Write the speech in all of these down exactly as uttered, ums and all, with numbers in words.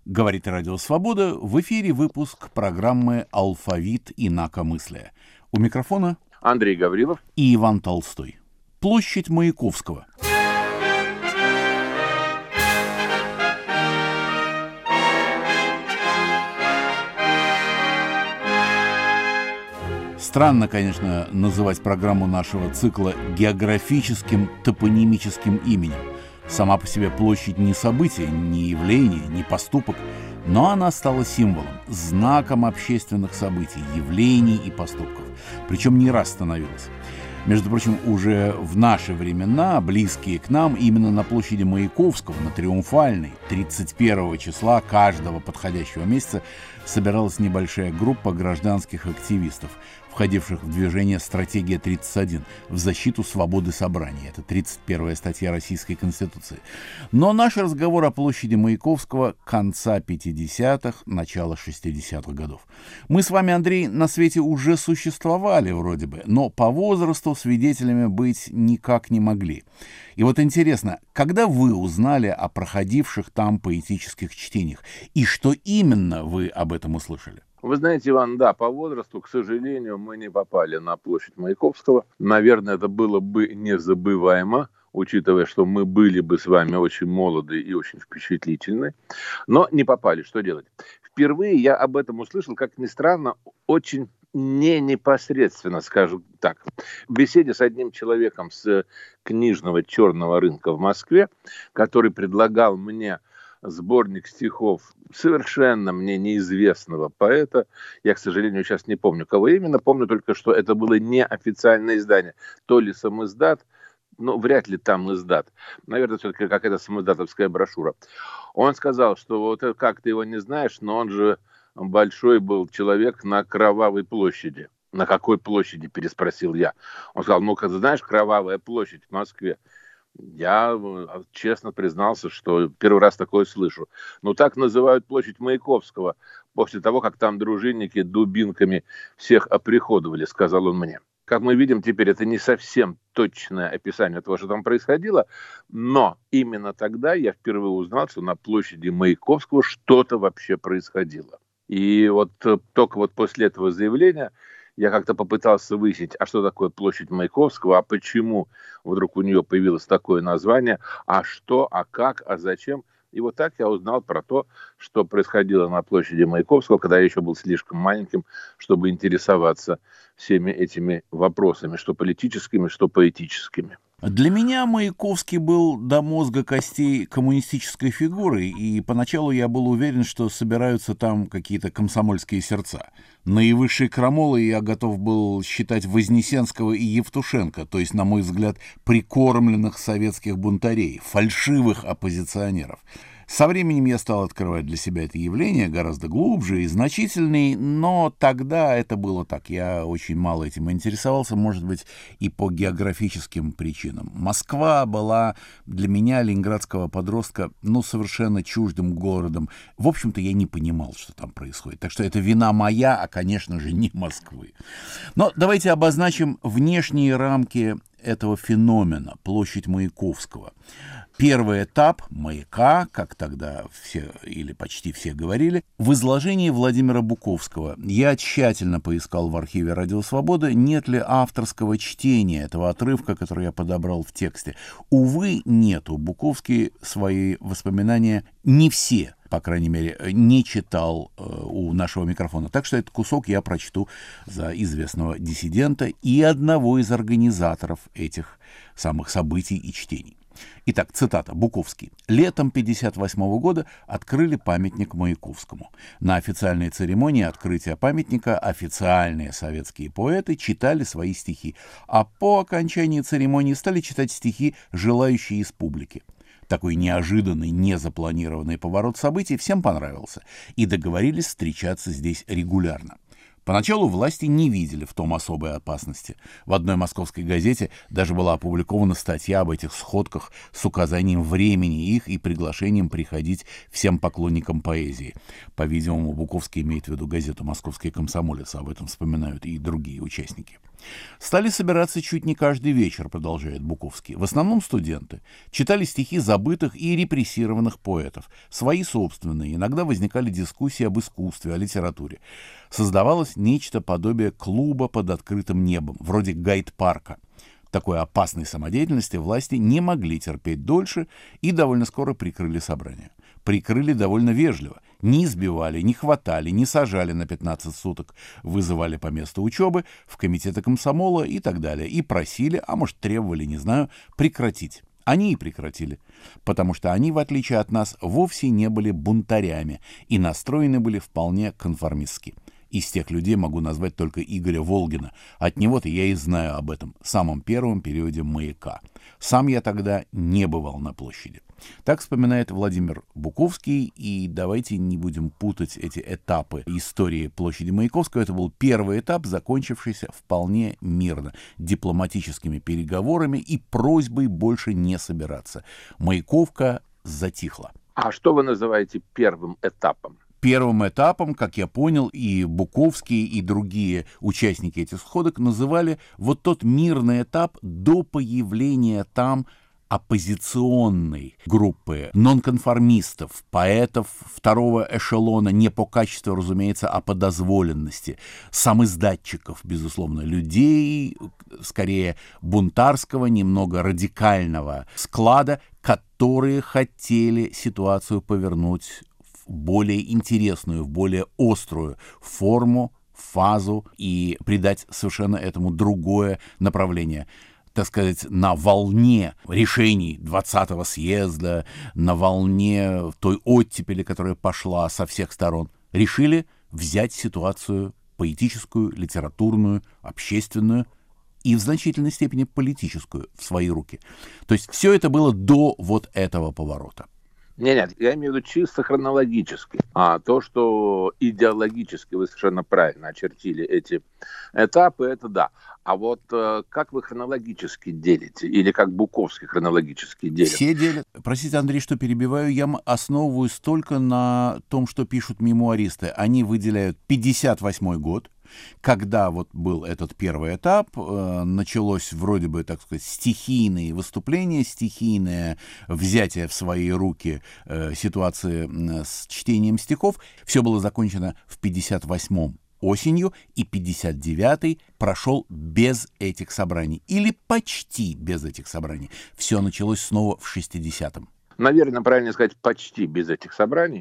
Говорит Радио Свобода, в эфире выпуск программы «Алфавит инакомыслия». У микрофона Андрей Гаврилов и Иван Толстой. Площадь Маяковского. Странно, конечно, называть программу нашего цикла географическим топонимическим именем. Сама по себе площадь не событие, не явление, не поступок, но она стала символом, знаком общественных событий, явлений и поступков. Причем не раз становилась. Между прочим, уже в наши времена, близкие к нам, именно на площади Маяковского, на Триумфальной, тридцать первого числа каждого подходящего месяца собиралась небольшая группа гражданских активистов, входивших в движение «Стратегия тридцать один» в защиту свободы собрания. Это тридцать первая статья Российской Конституции. Но наш разговор о площади Маяковского конца пятидесятых, начала шестидесятых годов. Мы с вами, Андрей, на свете уже существовали вроде бы, но по возрасту свидетелями быть никак не могли. И вот интересно, когда вы узнали о проходивших там поэтических чтениях, и что именно вы об этом услышали? Вы знаете, Иван, да, по возрасту, к сожалению, мы не попали на площадь Маяковского. Наверное, это было бы незабываемо, учитывая, что мы были бы с вами очень молоды и очень впечатлительны. Но не попали. Что делать? Впервые я об этом услышал, как ни странно, очень не непосредственно, скажем так. В беседе с одним человеком с книжного черного рынка в Москве, который предлагал мне сборник стихов совершенно мне неизвестного поэта. Я, к сожалению, сейчас не помню, кого именно. Помню только, что это было неофициальное издание. То ли самиздат, но вряд ли там издат. Наверное, все-таки какая-то самиздатовская брошюра. Он сказал, что вот как ты его не знаешь, но он же большой был человек на Кровавой площади. На какой площади, переспросил я. Он сказал, ну, как ты знаешь, Кровавая площадь в Москве. Я честно признался, что первый раз такое слышу. Но так называют площадь Маяковского после того, как там дружинники дубинками всех оприходовали, сказал он мне. Как мы видим теперь, это не совсем точное описание того, что там происходило, но именно тогда я впервые узнал, что на площади Маяковского что-то вообще происходило. И вот только вот после этого заявления я как-то попытался выяснить, а что такое площадь Маяковского, а почему вдруг у нее появилось такое название, а что, а как, а зачем. И вот так я узнал про то, что происходило на площади Маяковского, когда я еще был слишком маленьким, чтобы интересоваться всеми этими вопросами, что политическими, что поэтическими. Для меня Маяковский был до мозга костей коммунистической фигурой, и поначалу я был уверен, что собираются там какие-то комсомольские сердца. Наивысшей крамолой я готов был считать Вознесенского и Евтушенко, то есть, на мой взгляд, прикормленных советских бунтарей, фальшивых оппозиционеров. Со временем я стал открывать для себя это явление гораздо глубже и значительнее, но тогда это было так. Я очень мало этим интересовался, может быть, и по географическим причинам. Москва была для меня, ленинградского подростка, ну, совершенно чуждым городом. В общем-то, я не понимал, что там происходит. Так что это вина моя, а, конечно же, не Москвы. Но давайте обозначим внешние рамки этого феномена, площадь Маяковского. Первый этап «Маяка», как тогда все или почти все говорили, в изложении Владимира Буковского. Я тщательно поискал в архиве «Радио Свобода», нет ли авторского чтения этого отрывка, который я подобрал в тексте. Увы, нету. Буковский свои воспоминания не все, по крайней мере, не читал э, у нашего микрофона. Так что этот кусок я прочту за известного диссидента и одного из организаторов этих самых событий и чтений. Итак, цитата, Буковский. «Летом пятьдесят восьмого года открыли памятник Маяковскому. На официальной церемонии открытия памятника официальные советские поэты читали свои стихи, а по окончании церемонии стали читать стихи желающие из публики. Такой неожиданный, незапланированный поворот событий всем понравился, и договорились встречаться здесь регулярно. Поначалу власти не видели в том особой опасности. В одной московской газете даже была опубликована статья об этих сходках с указанием времени их и приглашением приходить всем поклонникам поэзии. По-видимому, Буковский имеет в виду газету «Московский комсомолец», об этом вспоминают и другие участники. Стали собираться чуть не каждый вечер, продолжает Буковский. В основном студенты. Читали стихи забытых и репрессированных поэтов. Свои собственные. Иногда возникали дискуссии об искусстве, о литературе. Создавалось нечто подобие клуба под открытым небом, вроде гайд-парка. Такой опасной самодеятельности власти не могли терпеть дольше и довольно скоро прикрыли собрание. Прикрыли довольно вежливо. Не избивали, не хватали, не сажали на пятнадцать суток. Вызывали по месту учебы, в комитеты комсомола и так далее. И просили, а может требовали, не знаю, прекратить. Они и прекратили. Потому что они, в отличие от нас, вовсе не были бунтарями и настроены были вполне конформистски. Из тех людей могу назвать только Игоря Волгина. От него-то я и знаю об этом самом первом периоде «Маяка». Сам я тогда не бывал на площади. Так вспоминает Владимир Буковский, и давайте не будем путать эти этапы истории площади Маяковского. Это был первый этап, закончившийся вполне мирно, дипломатическими переговорами и просьбой больше не собираться. Маяковка затихла. А что вы называете первым этапом? Первым этапом, как я понял, и Буковский, и другие участники этих сходок называли вот тот мирный этап до появления там оппозиционной группы нонконформистов, поэтов второго эшелона, не по качеству, разумеется, а по дозволенности, самиздатчиков, безусловно, людей, скорее бунтарского, немного радикального склада, которые хотели ситуацию повернуть в более интересную, в более острую форму, фазу и придать совершенно этому другое направление. Так сказать, на волне решений двадцатого съезда, на волне той оттепели, которая пошла со всех сторон, решили взять ситуацию поэтическую, литературную, общественную и в значительной степени политическую в свои руки. То есть все это было до вот этого поворота. Нет, нет, я имею в виду чисто хронологически. А то, что идеологически вы совершенно правильно очертили эти этапы, это да. А вот э, как вы хронологически делите? Или как Буковский хронологически делит? Все делят. Простите, Андрей, что перебиваю. Я основываюсь только на том, что пишут мемуаристы. Они выделяют пятьдесят восьмой год, когда вот был этот первый этап, э, началось вроде бы, так сказать, стихийные выступления, стихийное взятие в свои руки э, ситуации э, с чтением стихов. Все было закончено в пятьдесят восьмом осенью, и пятьдесят девятый прошел без этих собраний. Или почти без этих собраний. Все началось снова в шестидесятом. Наверное, правильно сказать, почти без этих собраний.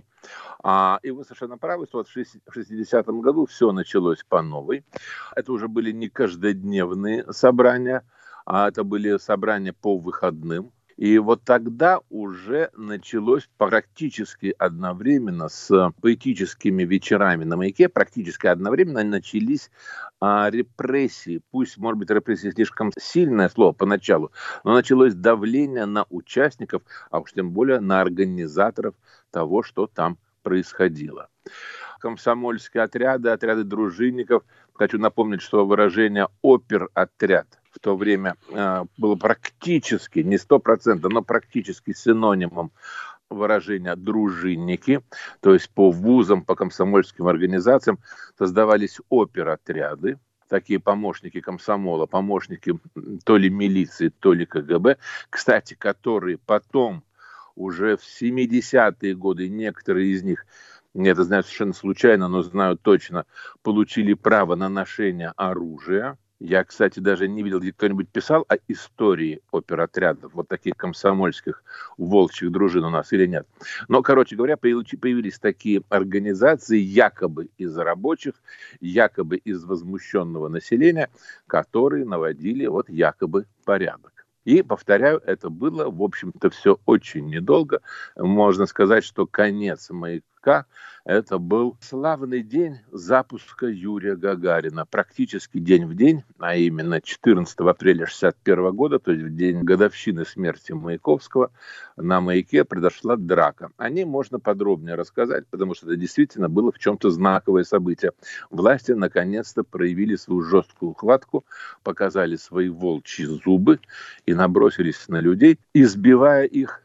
А, и вы совершенно правы, что вот в шестидесятом году все началось по новой. Это уже были не каждодневные собрания, а это были собрания по выходным. И вот тогда уже началось практически одновременно с поэтическими вечерами на Маяке, практически одновременно начались а, репрессии. Пусть, может быть, репрессии слишком сильное слово поначалу, но началось давление на участников, а уж тем более на организаторов того, что там происходило. Комсомольские отряды, отряды дружинников. Хочу напомнить, что выражение «опер-отряд» в то время э, было практически, не сто процентов, но практически синонимом выражения «дружинники». То есть по вузам, по комсомольским организациям создавались опер-отряды, такие помощники комсомола, помощники то ли милиции, то ли ка гэ бэ, кстати, которые потом уже в семидесятые годы, некоторые из них, я это знаю совершенно случайно, но знаю точно, получили право на ношение оружия. Я, кстати, даже не видел, где кто-нибудь писал о истории оперотрядов, вот таких комсомольских волчьих дружин у нас или нет. Но, короче говоря, появились такие организации якобы из рабочих, якобы из возмущенного населения, которые наводили вот якобы порядок. И, повторяю, это было, в общем-то, все очень недолго. Можно сказать, что конец «Маяка» — это был славный день запуска Юрия Гагарина. Практически день в день, а именно четырнадцатого апреля шестьдесят первого года, то есть в день годовщины смерти Маяковского, на Маяке произошла драка. О ней можно подробнее рассказать, потому что это действительно было в чем-то знаковое событие. Власти наконец-то проявили свою жесткую хватку, показали свои волчьи зубы и набросились на людей, избивая их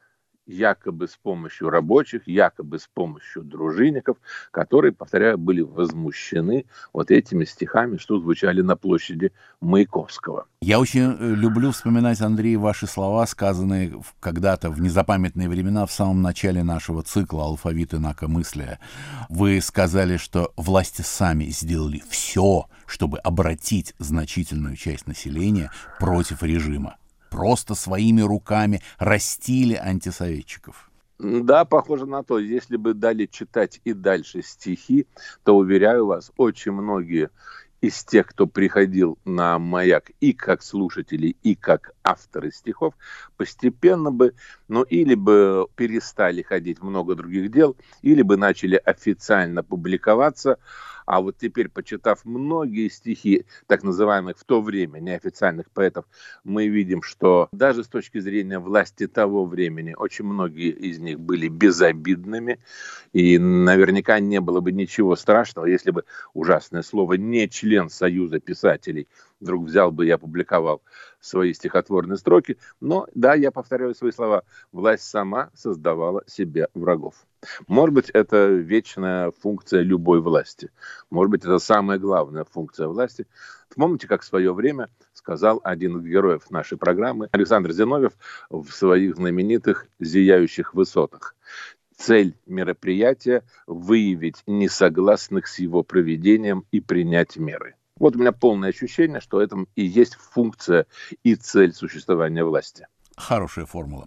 якобы с помощью рабочих, якобы с помощью дружинников, которые, повторяю, были возмущены вот этими стихами, что звучали на площади Маяковского. Я очень э, люблю вспоминать, Андрей, ваши слова, сказанные в- когда-то в незапамятные времена, в самом начале нашего цикла «Алфавит инакомыслия». Вы сказали, что власти сами сделали все, чтобы обратить значительную часть населения против режима. Просто своими руками растили антисоветчиков. Да, похоже на то. Если бы дали читать и дальше стихи, то, уверяю вас, очень многие из тех, кто приходил на «Маяк» и как слушатели, и как авторы стихов, постепенно бы, ну, или бы перестали ходить в много других дел, или бы начали официально публиковаться. А вот теперь, почитав многие стихи так называемых в то время неофициальных поэтов, мы видим, что даже с точки зрения власти того времени очень многие из них были безобидными, и наверняка не было бы ничего страшного, если бы ужасное слово «не член Союза писателей» вдруг взял бы и опубликовал свои стихотворные строки. Но, да, я повторяю свои слова, власть сама создавала себе врагов. Может быть, это вечная функция любой власти. Может быть, это самая главная функция власти. Помните, как в свое время сказал один из героев нашей программы, Александр Зиновьев, в своих знаменитых «Зияющих высотах». Цель мероприятия – выявить несогласных с его проведением и принять меры. Вот у меня полное ощущение, что это и есть функция и цель существования власти. Хорошая формула.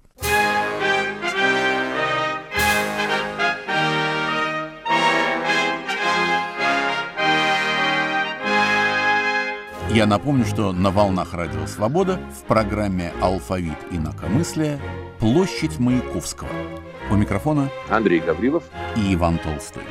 Я напомню, что на волнах Радио Свобода в программе «Алфавит инакомыслия» площадь Маяковского. У микрофона Андрей Гаврилов и Иван Толстой.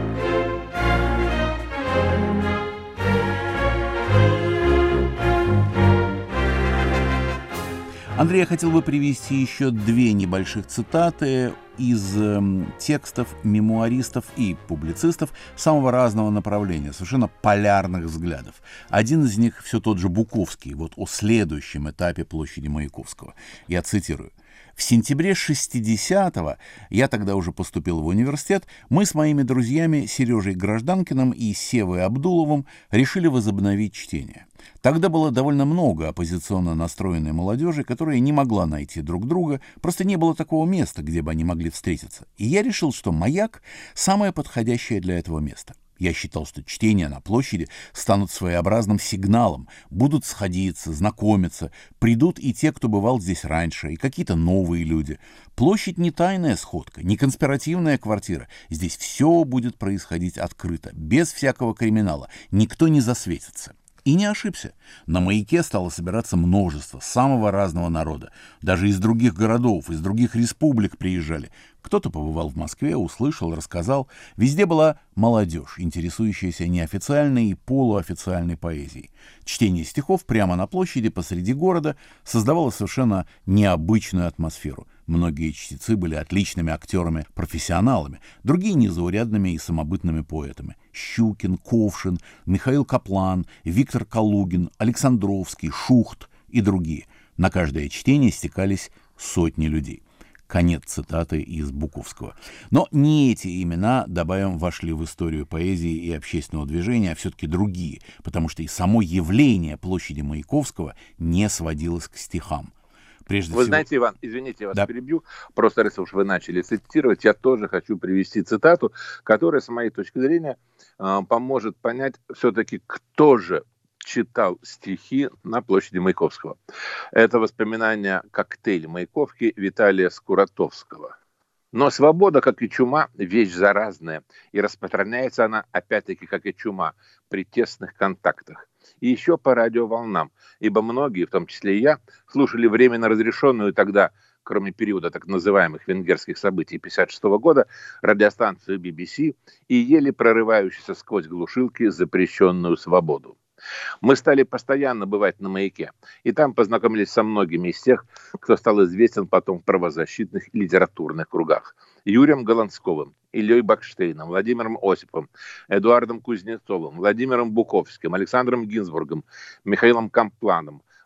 Андрей, я хотел бы привести еще две небольших цитаты из э, текстов мемуаристов и публицистов самого разного направления, совершенно полярных взглядов. Один из них все тот же Буковский, вот о следующем этапе площади Маяковского. Я цитирую. В сентябре шестидесятого, я тогда уже поступил в университет, мы с моими друзьями Сережей Гражданкиным и Севой Абдуловым решили возобновить чтение. Тогда было довольно много оппозиционно настроенной молодежи, которая не могла найти друг друга, просто не было такого места, где бы они могли встретиться. И я решил, что «Маяк» — самое подходящее для этого места. Я считал, что чтения на площади станут своеобразным сигналом, будут сходиться, знакомиться, придут и те, кто бывал здесь раньше, и какие-то новые люди. Площадь не тайная сходка, не конспиративная квартира. Здесь все будет происходить открыто, без всякого криминала, никто не засветится. И не ошибся. На «Маяке» стало собираться множество самого разного народа. Даже из других городов, из других республик приезжали. Кто-то побывал в Москве, услышал, рассказал. Везде была молодежь, интересующаяся неофициальной и полуофициальной поэзией. Чтение стихов прямо на площади посреди города создавало совершенно необычную атмосферу. Многие чтецы были отличными актерами, профессионалами, другие незаурядными и самобытными поэтами. Щукин, Ковшин, Михаил Каплан, Виктор Калугин, Александровский, Шухт и другие. На каждое чтение стекались сотни людей. Конец цитаты из Буковского. Но не эти имена, добавим, вошли в историю поэзии и общественного движения, а все-таки другие, потому что и само явление площади Маяковского не сводилось к стихам. Прежде вы всего... знаете, Иван, извините, я вас да. перебью, просто раз уж вы начали цитировать, я тоже хочу привести цитату, которая, с моей точки зрения, поможет понять все-таки, кто же читал стихи на площади Маяковского. Это воспоминания «Коктейль Маяковки» Виталия Скуратовского. Но свобода, как и чума, вещь заразная, и распространяется она, опять-таки, как и чума, при тесных контактах. И еще по радиоволнам, ибо многие, в том числе и я, слушали временно разрешенную тогда, кроме периода так называемых венгерских событий пятьдесят шестого года, радиостанцию би би си и ели прорывающуюся сквозь глушилки запрещенную свободу. Мы стали постоянно бывать на «Маяке», и там познакомились со многими из тех, кто стал известен потом в правозащитных и литературных кругах. Юрием Голландсковым, Ильей Бакштейном, Владимиром Осиповым, Эдуардом Кузнецовым, Владимиром Буковским, Александром Гинзбургом, Михаилом Кампланом,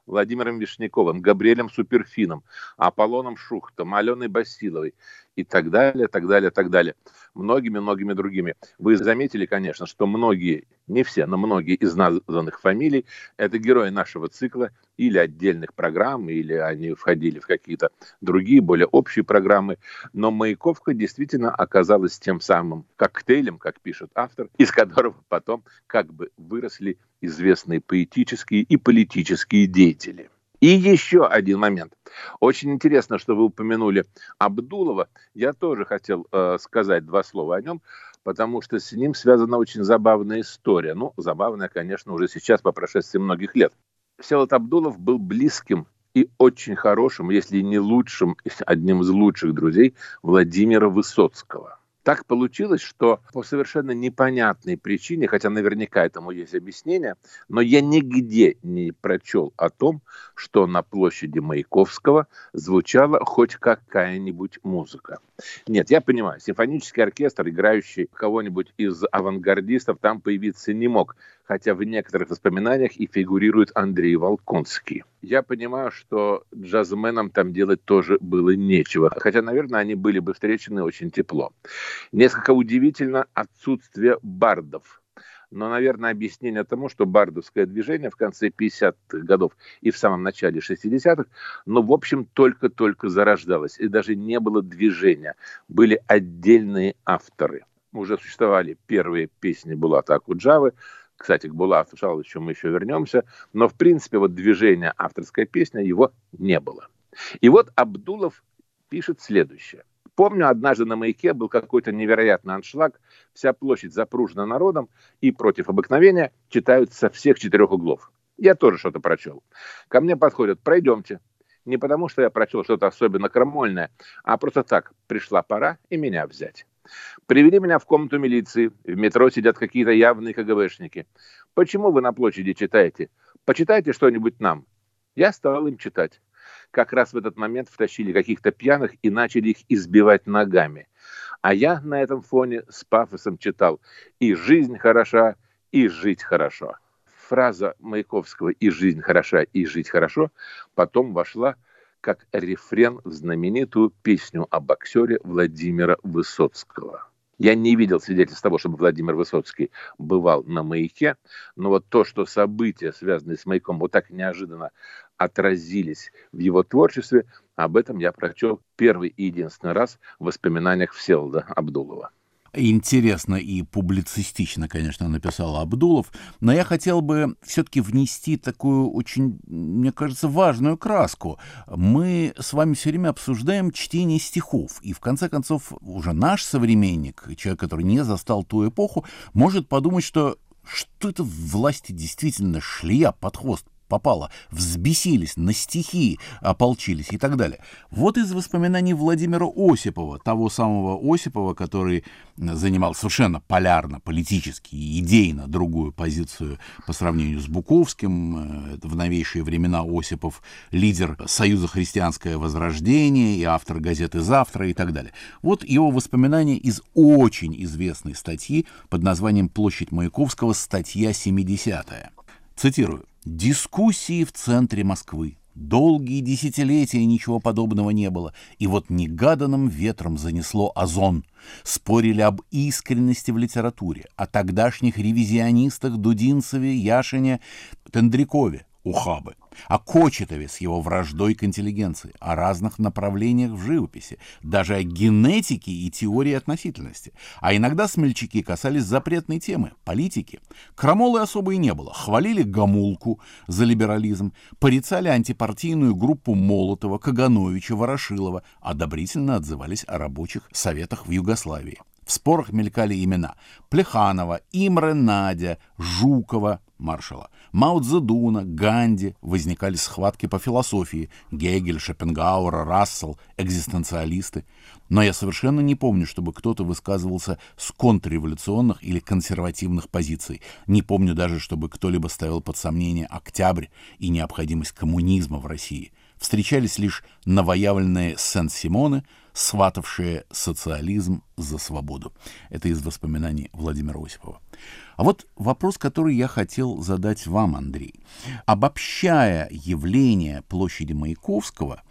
Владимиром Вишняковым, Габриэлем Суперфином, Аполлоном Шухтом, Аленой Басиловой и так далее, так далее, так далее. Многими-многими другими. Вы заметили, конечно, что многие, не все, но многие из названных фамилий – это герои нашего цикла или отдельных программ, или они входили в какие-то другие, более общие программы. Но Маяковка действительно оказалась тем самым коктейлем, как пишет автор, из которого потом как бы выросли известные поэтические и политические деятели. И еще один момент. Очень интересно, что вы упомянули Абдулова. Я тоже хотел э, сказать два слова о нем, потому что с ним связана очень забавная история. Ну, забавная, конечно, уже сейчас, по прошествии многих лет. Всеволод Абдулов был близким и очень хорошим, если не лучшим, одним из лучших друзей Владимира Высоцкого. Так получилось, что по совершенно непонятной причине, хотя наверняка этому есть объяснение, но я нигде не прочел о том, что на площади Маяковского звучала хоть какая-нибудь музыка. Нет, я понимаю, симфонический оркестр, играющий кого-нибудь из авангардистов, там появиться не мог, хотя в некоторых воспоминаниях и фигурирует Андрей Волконский. Я понимаю, что джазменам там делать тоже было нечего, хотя, наверное, они были бы встречены очень тепло. Несколько удивительно отсутствие бардов. Но, наверное, объяснение тому, что бардовское движение в конце пятидесятых годов и в самом начале шестидесятых, ну, в общем, только-только зарождалось. И даже не было движения. Были отдельные авторы. Уже существовали первые песни Булата Акуджавы. Кстати, к Булату Шалычу мы еще вернемся. Но, в принципе, вот движения авторской песни его не было. И вот Абдулов пишет следующее. Помню, однажды на Маяке был какой-то невероятный аншлаг, вся площадь запружена народом, и против обыкновения читают со всех четырех углов. Я тоже что-то прочел. Ко мне подходят: пройдемте. Не потому, что я прочел что-то особенно крамольное, а просто так, пришла пора и меня взять. Привели меня в комнату милиции, в метро сидят какие-то явные КГБшники. Почему вы на площади читаете? Почитайте что-нибудь нам. Я стал им читать. Как раз в этот момент втащили каких-то пьяных и начали их избивать ногами. А я на этом фоне с пафосом читал: «И жизнь хороша, и жить хорошо». Фраза Маяковского «и жизнь хороша, и жить хорошо» потом вошла как рефрен в знаменитую песню о боксере Владимира Высоцкого. Я не видел свидетельств того, чтобы Владимир Высоцкий бывал на Маяке, но вот то, что события, связанные с Маяком, вот так неожиданно отразились в его творчестве, об этом я прочел первый и единственный раз в воспоминаниях Всеволода Абдулова. Интересно и публицистично, конечно, написал Абдулов, но я хотел бы все-таки внести такую очень, мне кажется, важную краску. Мы с вами все время обсуждаем чтение стихов, и в конце концов уже наш современник, человек, который не застал ту эпоху, может подумать, что что это власти действительно шлея под хвост попало, взбесились, на стихи ополчились и так далее. Вот из воспоминаний Владимира Осипова, того самого Осипова, который занимал совершенно полярно, политически и идейно другую позицию по сравнению с Буковским. В новейшие времена Осипов лидер Союза Христианское Возрождение и автор газеты «Завтра» и так далее. Вот его воспоминания из очень известной статьи под названием «Площадь Маяковского. Статья семидесятая». Цитирую. «Дискуссии в центре Москвы. Долгие десятилетия ничего подобного не было, и вот негаданным ветром занесло озон. Спорили об искренности в литературе, о тогдашних ревизионистах Дудинцеве, Яшине, Тендрякове, Ухабы, о Кочетове с его враждой к интеллигенции, о разных направлениях в живописи, даже о генетике и теории относительности. А иногда смельчаки касались запретной темы – политики. Крамолы особо и не было. Хвалили Гомулку за либерализм, порицали антипартийную группу Молотова, Кагановича, Ворошилова, одобрительно отзывались о рабочих советах в Югославии. В спорах мелькали имена Плеханова, Имре Надя, Жукова, маршала, Мао Цзэдуна, Ганди, возникали схватки по философии, Гегель, Шопенгауэр, Рассел, экзистенциалисты. Но я совершенно не помню, чтобы кто-то высказывался с контрреволюционных или консервативных позиций. Не помню даже, чтобы кто-либо ставил под сомнение октябрь и необходимость коммунизма в России. Встречались лишь новоявленные Сен-Симоне, сватавшие социализм за свободу. Это из воспоминаний Владимира Осипова. А вот вопрос, который я хотел задать вам, Андрей. Обобщая явление площади Маяковского,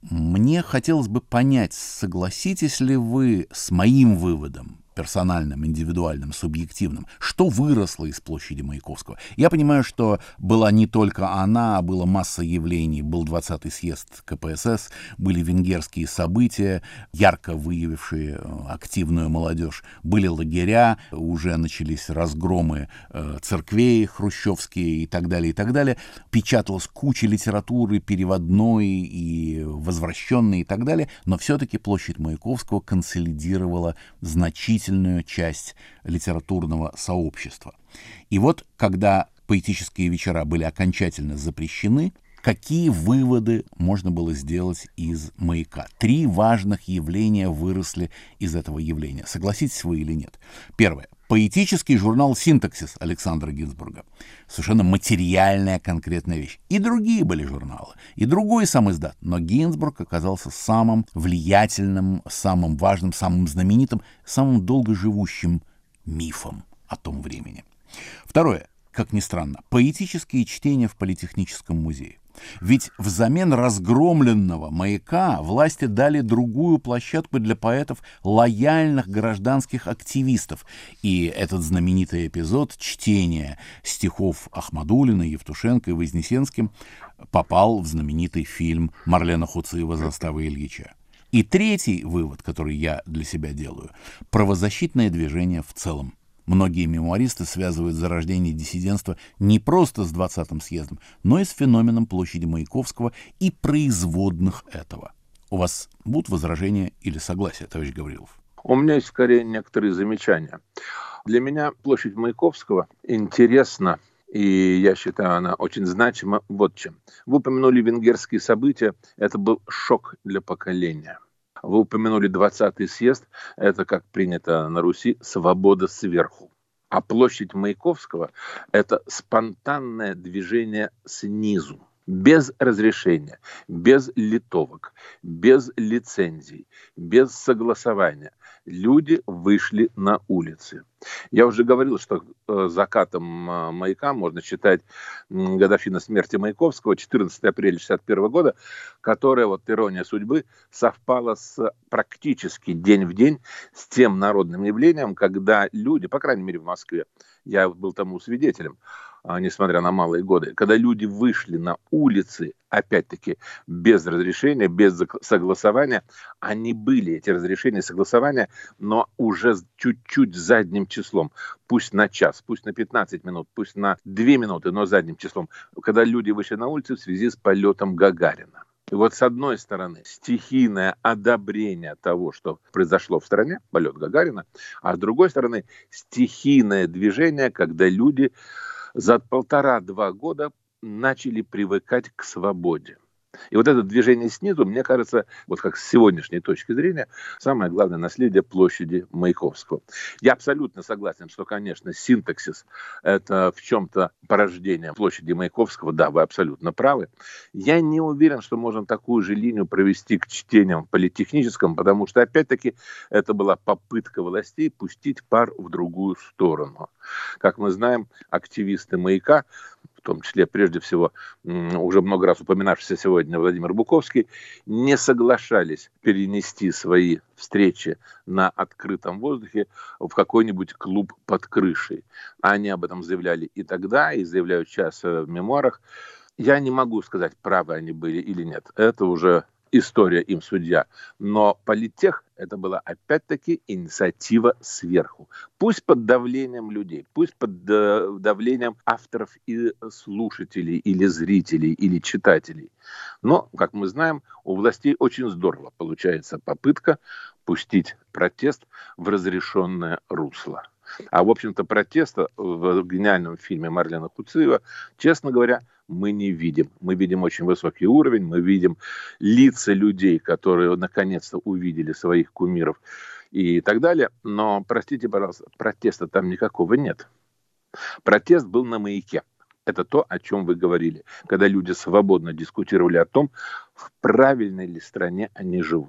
мне хотелось бы понять, согласитесь ли вы с моим выводом, персональным, индивидуальным, субъективным, что выросло из площади Маяковского. Я понимаю, что была не только она, а была масса явлений. Был двадцатый съезд ка пэ эс эс, были венгерские события, ярко выявившие активную молодежь. Были лагеря, уже начались разгромы э, церквей хрущевские и так далее, и так далее. Печаталась куча литературы, переводной и возвращенной и так далее. Но все-таки площадь Маяковского консолидировала значительно часть литературного сообщества. И вот, когда поэтические вечера были окончательно запрещены, какие выводы можно было сделать из «Маяка»? Три важных явления выросли из этого явления. Согласитесь вы или нет? Первое. Поэтический журнал «Синтаксис» Александра Гинзбурга. Совершенно материальная конкретная вещь. И другие были журналы, и другой сам издат. Но Гинзбург оказался самым влиятельным, самым важным, самым знаменитым, самым долгоживущим мифом о том времени. Второе. Как ни странно, поэтические чтения в Политехническом музее. Ведь взамен разгромленного «Маяка» власти дали другую площадку для поэтов, лояльных гражданских активистов. И этот знаменитый эпизод чтения стихов Ахмадуллина, Евтушенко и Вознесенским попал в знаменитый фильм Марлена Хуциева «Застава Ильича». И третий вывод, который я для себя делаю – правозащитное движение в целом. Многие мемуаристы связывают зарождение диссидентства не просто с двадцатым съездом, но и с феноменом площади Маяковского и производных этого. У вас будут возражения или согласия, товарищ Гаврилов? У меня есть скорее некоторые замечания. Для меня площадь Маяковского интересна, и я считаю, она очень значима вот чем. Вы упомянули венгерские события, это был шок для поколения. Вы упомянули двадцатый съезд, это, как принято на Руси, свобода сверху. А площадь Маяковского – это спонтанное движение снизу, без разрешения, без литовок, без лицензий, без согласования. Люди вышли на улицы. Я уже говорил, что э, закатом э, «Маяка» можно считать э, годовщину смерти Маяковского, четырнадцатого апреля шестьдесят первого года, которая, вот ирония судьбы, совпала с практически день в день с тем народным явлением, когда люди, по крайней мере в Москве, я был тому свидетелем, э, несмотря на малые годы, когда люди вышли на улицы, опять-таки, без разрешения, без согласования, они были, эти разрешения, согласования, но уже чуть-чуть задним числом, пусть на час, пусть на пятнадцать минут, пусть на две минуты, но задним числом, когда люди вышли на улицу в связи с полетом Гагарина. И вот с одной стороны стихийное одобрение того, что произошло в стране, полет Гагарина, а с другой стороны стихийное движение, когда люди за полтора-два года начали привыкать к свободе. И вот это движение снизу, мне кажется, вот как с сегодняшней точки зрения, самое главное наследие площади Маяковского. Я абсолютно согласен, что, конечно, синтаксис – это в чем-то порождение площади Маяковского. Да, вы абсолютно правы. Я не уверен, что можем такую же линию провести к чтениям в Политехническом, потому что, опять-таки, это была попытка властей пустить пар в другую сторону. Как мы знаем, активисты «Маяка», в том числе, прежде всего, уже много раз упоминавшийся сегодня Владимир Буковский, не соглашались перенести свои встречи на открытом воздухе в какой-нибудь клуб под крышей. Они об этом заявляли и тогда, и заявляют сейчас в мемуарах. Я не могу сказать, правы они были или нет. Это уже история им судья. Но политех – это была опять-таки инициатива сверху. Пусть под давлением людей, пусть под давлением авторов и слушателей, или зрителей, или читателей. Но, как мы знаем, у властей очень здорово получается попытка пустить протест в разрешенное русло. А, в общем-то, протеста в гениальном фильме Марлена Хуциева, честно говоря, мы не видим. Мы видим очень высокий уровень, мы видим лица людей, которые наконец-то увидели своих кумиров и так далее. Но, простите, пожалуйста, протеста там никакого нет. Протест был на «Маяке». Это то, о чем вы говорили, когда люди свободно дискутировали о том, в правильной ли стране они живут.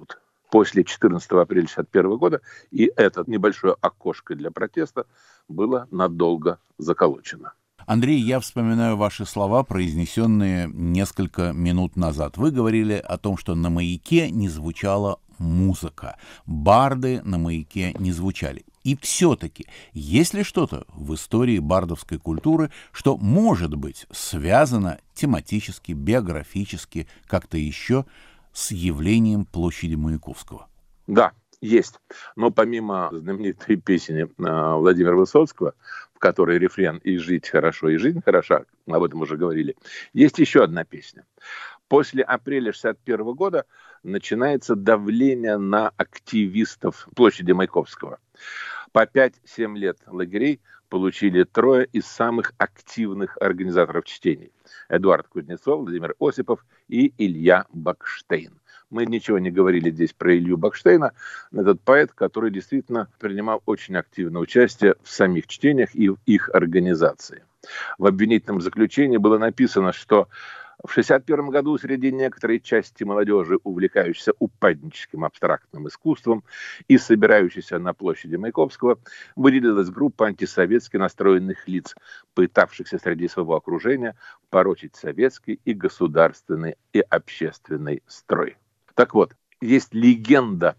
после четырнадцатого апреля тысяча девятьсот шестьдесят первого года, и это небольшое окошко для протеста было надолго заколочено. Андрей, я вспоминаю ваши слова, произнесенные несколько минут назад. Вы говорили о том, что на «Маяке» не звучала музыка, барды на «Маяке» не звучали. И все-таки, есть ли что-то в истории бардовской культуры, что может быть связано тематически, биографически, как-то еще с явлением площади Маяковского? Да, есть. Но помимо знаменитой песни Владимира Высоцкого, в которой рефрен «И жить хорошо, и жизнь хороша», об этом уже говорили, есть еще одна песня. После апреля шестьдесят первого года начинается давление на активистов площади Маяковского. По пять-семь лет лагерей получили трое из самых активных организаторов чтений. Эдуард Кузнецов, Владимир Осипов и Илья Бакштейн. Мы ничего не говорили здесь про Илью Бакштейна. Этот поэт, который действительно принимал очень активное участие в самих чтениях и в их организации. В обвинительном заключении было написано, что в шестьдесят первом году среди некоторой части молодежи, увлекающейся упадническим абстрактным искусством и собирающейся на площади Маяковского, выделилась группа антисоветски настроенных лиц, пытавшихся среди своего окружения порочить советский и государственный и общественный строй. Так вот, есть легенда.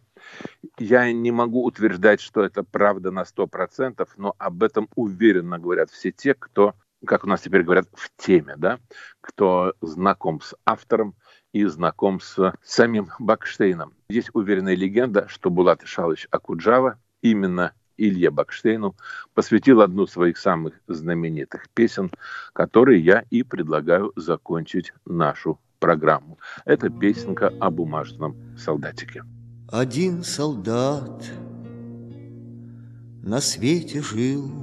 Я не могу утверждать, что это правда на сто процентов, но об этом уверенно говорят все те, кто, как у нас теперь говорят, в теме, да, кто знаком с автором и знаком с самим Бакштейном. Есть уверенная легенда, что Булат Ишалович Окуджава именно Илье Бакштейну посвятил одну из своих самых знаменитых песен, которые я и предлагаю закончить нашу программу. Это песенка о бумажном солдатике. Один солдат на свете жил,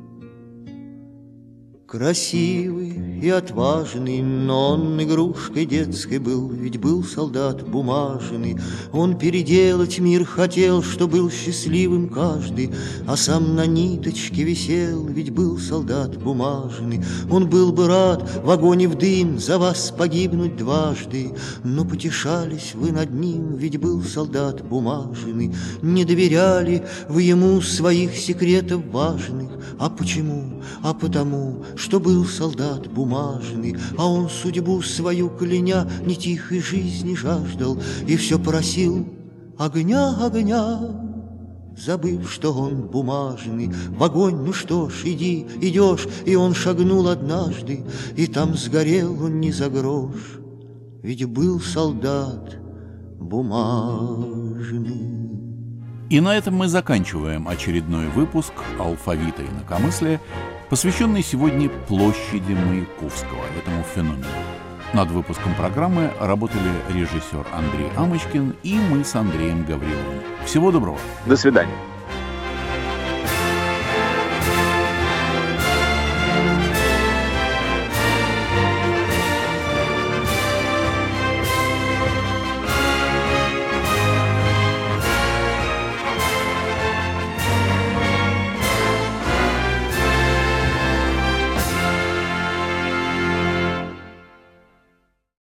красивый и отважный, но он игрушкой детской был, ведь был солдат бумажный. Он переделать мир хотел, что был счастливым каждый, а сам на ниточке висел, ведь был солдат бумажный. Он был бы рад в огонь и в дым за вас погибнуть дважды, но потешались вы над ним, ведь был солдат бумажный. Не доверяли вы ему своих секретов важных. А почему? А потому, что был солдат бумажный, а он судьбу свою кляня не тихой жизни жаждал и все просил огня, огня, забыв, что он бумажный. В огонь, ну что ж, иди, идешь, и он шагнул однажды, и там сгорел он не за грош, ведь был солдат бумажный. И на этом мы заканчиваем очередной выпуск «Алфавита инакомыслия», посвященный сегодня площади Маяковского, этому феномену. Над выпуском программы работали режиссер Андрей Амочкин и мы с Андреем Гавриловым. Всего доброго. До свидания.